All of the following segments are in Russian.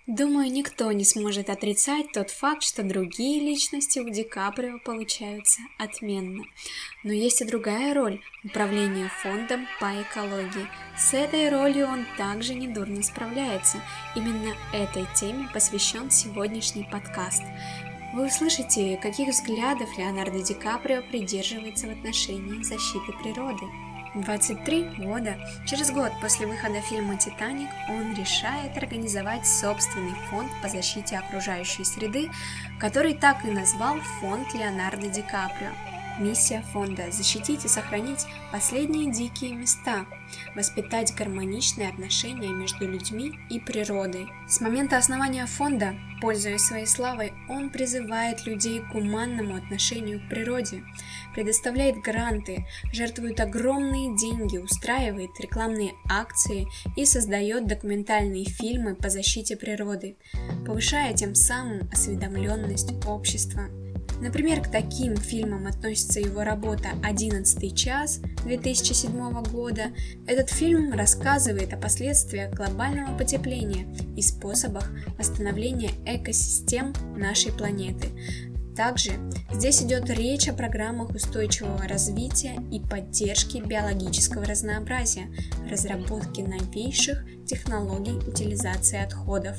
Думаю, никто не сможет отрицать тот факт, что другие личности у Ди Каприо получаются отменно. Но есть и другая роль – управление фондом по экологии. С этой ролью он также недурно справляется. Именно этой теме посвящен сегодняшний подкаст. Вы услышите, каких взглядов Леонардо Ди Каприо придерживается в отношении защиты природы. 23 года, через год после выхода фильма «Титаник», он решает организовать собственный фонд по защите окружающей среды, который так и назвал «Фонд Леонардо Ди Каприо». Миссия фонда – защитить и сохранить последние дикие места, воспитать гармоничные отношения между людьми и природой. С момента основания фонда, пользуясь своей славой, он призывает людей к гуманному отношению к природе, предоставляет гранты, жертвует огромные деньги, устраивает рекламные акции и создает документальные фильмы по защите природы, повышая тем самым осведомленность общества. Например, к таким фильмам относится его работа «11 час» 2007 года. Этот фильм рассказывает о последствиях глобального потепления и способах восстановления экосистем нашей планеты. Также здесь идет речь о программах устойчивого развития и поддержки биологического разнообразия, разработке новейших технологий утилизации отходов.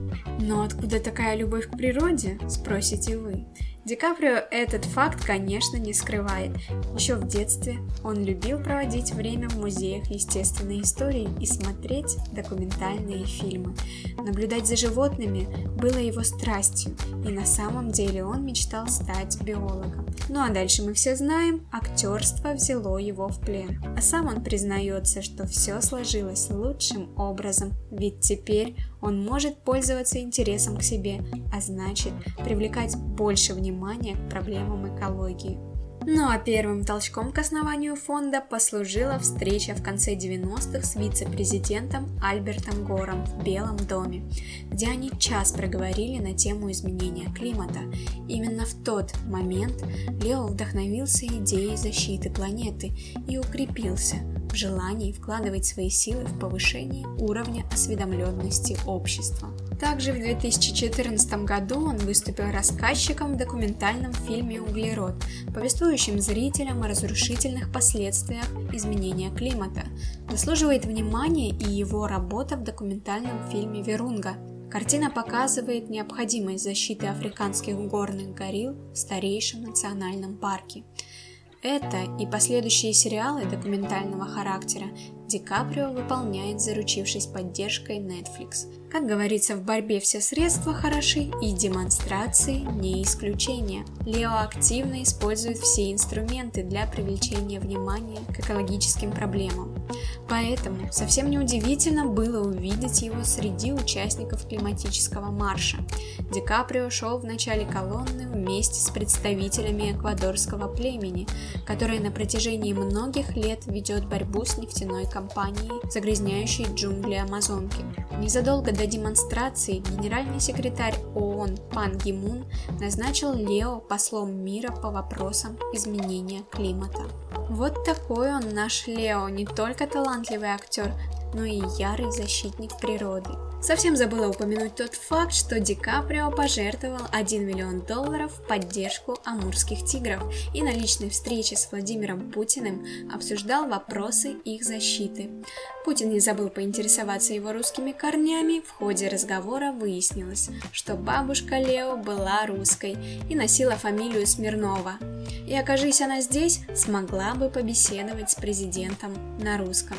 Но откуда такая любовь к природе, спросите вы? Ди Каприо этот факт, конечно, не скрывает. Еще в детстве он любил проводить время в музеях естественной истории и смотреть документальные фильмы. Наблюдать за животными было его страстью, и на самом деле он мечтал стать биологом. Ну а дальше мы все знаем, актерство взяло его в плен. А сам он признается, что все сложилось лучшим образом, ведь теперь он может пользоваться интересом к себе, а значит привлекать больше внимания к проблемам экологии. Ну а первым толчком к основанию фонда послужила встреча в конце 90-х с вице-президентом Альбертом Гором в Белом доме, где они час проговорили на тему изменения климата. Именно в тот момент Лео вдохновился идеей защиты планеты и укрепился в желании вкладывать свои силы в повышение уровня осведомленности общества. Также в 2014 году он выступил рассказчиком в документальном фильме «Углерод», повествующим зрителям о разрушительных последствиях изменения климата. Заслуживает внимания и его работа в документальном фильме «Вирунга». Картина показывает необходимость защиты африканских горных горилл в старейшем национальном парке. Это и последующие сериалы документального характера Ди Каприо выполняет, заручившись поддержкой Netflix. Как говорится, в борьбе все средства хороши, и демонстрации не исключение. Лео активно использует все инструменты для привлечения внимания к экологическим проблемам. Поэтому совсем неудивительно было увидеть его среди участников климатического марша. Ди Каприо шел в начале колонны вместе с представителями эквадорского племени, которое на протяжении многих лет ведет борьбу с нефтяной компанией, загрязняющей джунгли Амазонки. Незадолго до демонстрации генеральный секретарь ООН Пан Ги Мун назначил Лео послом мира по вопросам изменения климата. Вот такой он наш Лео, не только талантливый актер, но и ярый защитник природы. Совсем забыла упомянуть тот факт, что Ди Каприо пожертвовал $1 миллион в поддержку амурских тигров и на личной встрече с Владимиром Путиным обсуждал вопросы их защиты. Путин не забыл поинтересоваться его русскими корнями. В ходе разговора выяснилось, что бабушка Лео была русской и носила фамилию Смирнова. И окажись она здесь, смогла бы побеседовать с президентом на русском.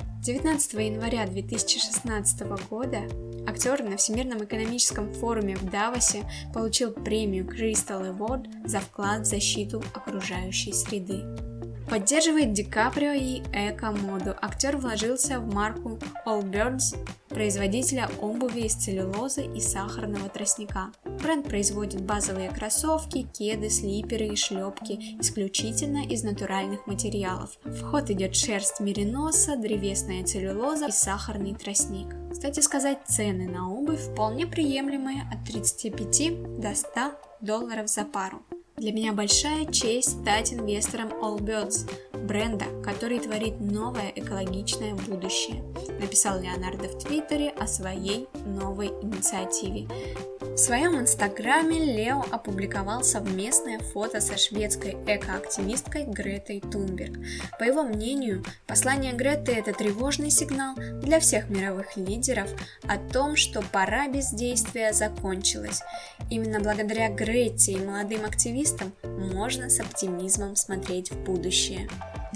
19 января 2016 года актер на Всемирном экономическом форуме в Давосе получил премию Crystal Award за вклад в защиту окружающей среды. Поддерживает Ди Каприо и эко-моду. Актер вложился в марку Allbirds, производителя обуви из целлюлозы и сахарного тростника. Бренд производит базовые кроссовки, кеды, слиперы и шлепки исключительно из натуральных материалов. В ход идет шерсть мериноса, древесная целлюлоза и сахарный тростник. Кстати сказать, цены на обувь вполне приемлемые от $35 до $100 за пару. Для меня большая честь стать инвестором Allbirds. бренда, который творит новое экологичное будущее, написал Леонардо в Твиттере о своей новой инициативе. В своем инстаграме Лео опубликовал совместное фото со шведской экоактивисткой Гретой Тунберг. По его мнению, послание Греты – это тревожный сигнал для всех мировых лидеров о том, что пора бездействия закончилась. Именно благодаря Грете и молодым активистам можно с оптимизмом смотреть в будущее. В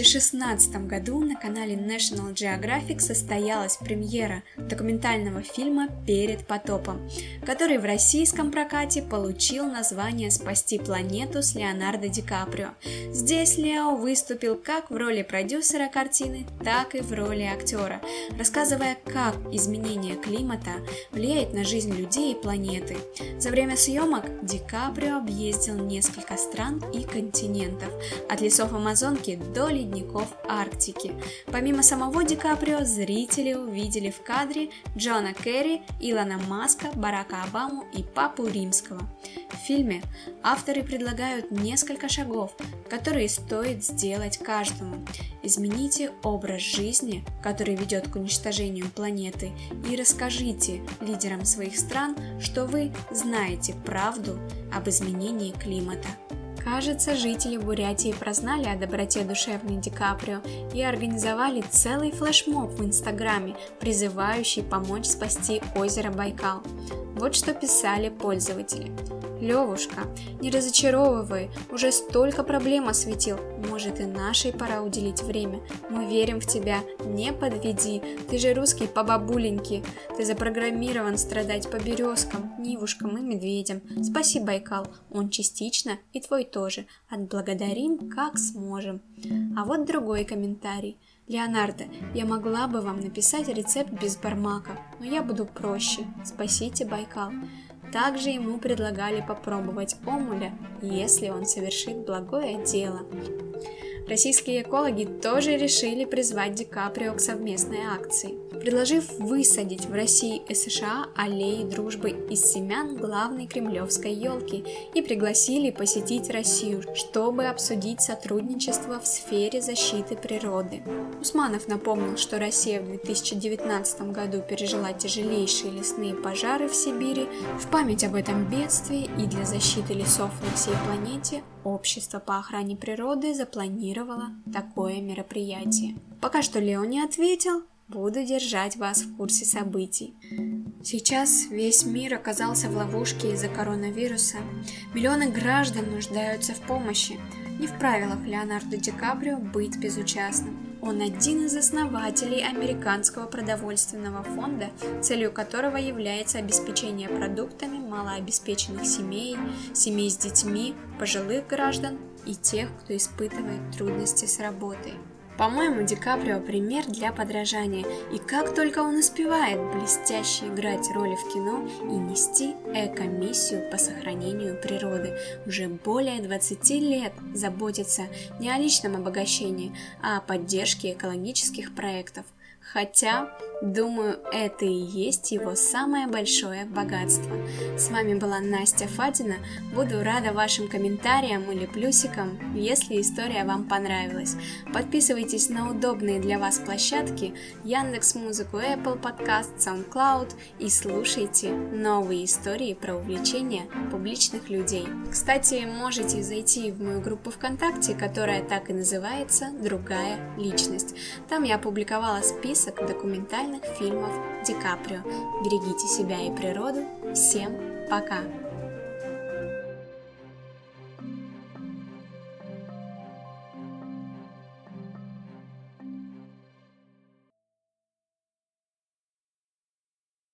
2016 году на канале National Geographic состоялась премьера документального фильма «Перед потопом», который в российском прокате получил название «Спасти планету» с Леонардо Ди Каприо. Здесь Лео выступил как в роли продюсера картины, так и в роли актера, рассказывая, как изменение климата влияет на жизнь людей и планеты. За время съемок Ди Каприо объездил несколько стран и континентов, от лесов Амазонки до ледников Арктики. Помимо самого Ди Каприо, зрители увидели в кадре Джона Керри, Илона Маска, Барака Обаму и Папу Римского. В фильме авторы предлагают несколько шагов, которые стоит сделать каждому. Измените образ жизни, который ведет к уничтожению планеты, и расскажите лидерам своих стран, что вы знаете правду об изменении климата. Кажется, жители Бурятии прознали о доброте душевной Ди Каприо и организовали целый флешмоб в Инстаграме, призывающий помочь спасти озеро Байкал. Вот что писали пользователи. «Левушка, не разочаровывай, уже столько проблем осветил, может и нашей пора уделить время. Мы верим в тебя, не подведи, ты же русский по бабуленьке, ты запрограммирован страдать по березкам, нивушкам и медведям. Спаси Байкал, он частично и твой тоже, отблагодарим как сможем». А вот другой комментарий. «Леонардо, я могла бы вам написать рецепт без бармака, но я буду проще, спасите Байкал». Также ему предлагали попробовать омуля, если он совершит благое дело. Российские экологи тоже решили призвать Ди Каприо к совместной акции, предложив высадить в России и США аллеи дружбы из семян главной кремлевской елки и пригласили посетить Россию, чтобы обсудить сотрудничество в сфере защиты природы. Усманов напомнил, что Россия в 2019 году пережила тяжелейшие лесные пожары в Сибири. В память об этом бедствии и для защиты лесов на всей планете Общество по охране природы запланировало такое мероприятие. Пока что Лео не ответил, буду держать вас в курсе событий. Сейчас весь мир оказался в ловушке из-за коронавируса. Миллионы граждан нуждаются в помощи. Не в правилах Леонардо Ди Каприо быть безучастным. Он один из основателей Американского продовольственного фонда, целью которого является обеспечение продуктами малообеспеченных семей, семей с детьми, пожилых граждан и тех, кто испытывает трудности с работой. По-моему, Ди Каприо пример для подражания, и как только он успевает блестяще играть роли в кино и нести эко-миссию по сохранению природы. Уже более 20 лет заботится не о личном обогащении, а о поддержке экологических проектов. Хотя, думаю, это и есть его самое большое богатство. С вами была Настя Фадина. Буду рада вашим комментариям или плюсикам, если история вам понравилась. Подписывайтесь на удобные для вас площадки Яндекс.Музыку, Apple Podcast, SoundCloud и слушайте новые истории про увлечения публичных людей. Кстати, можете зайти в мою группу ВКонтакте, которая так и называется «Другая личность». Там я опубликовала список документальных фильмов Ди Каприо. Берегите себя и природу. Всем пока!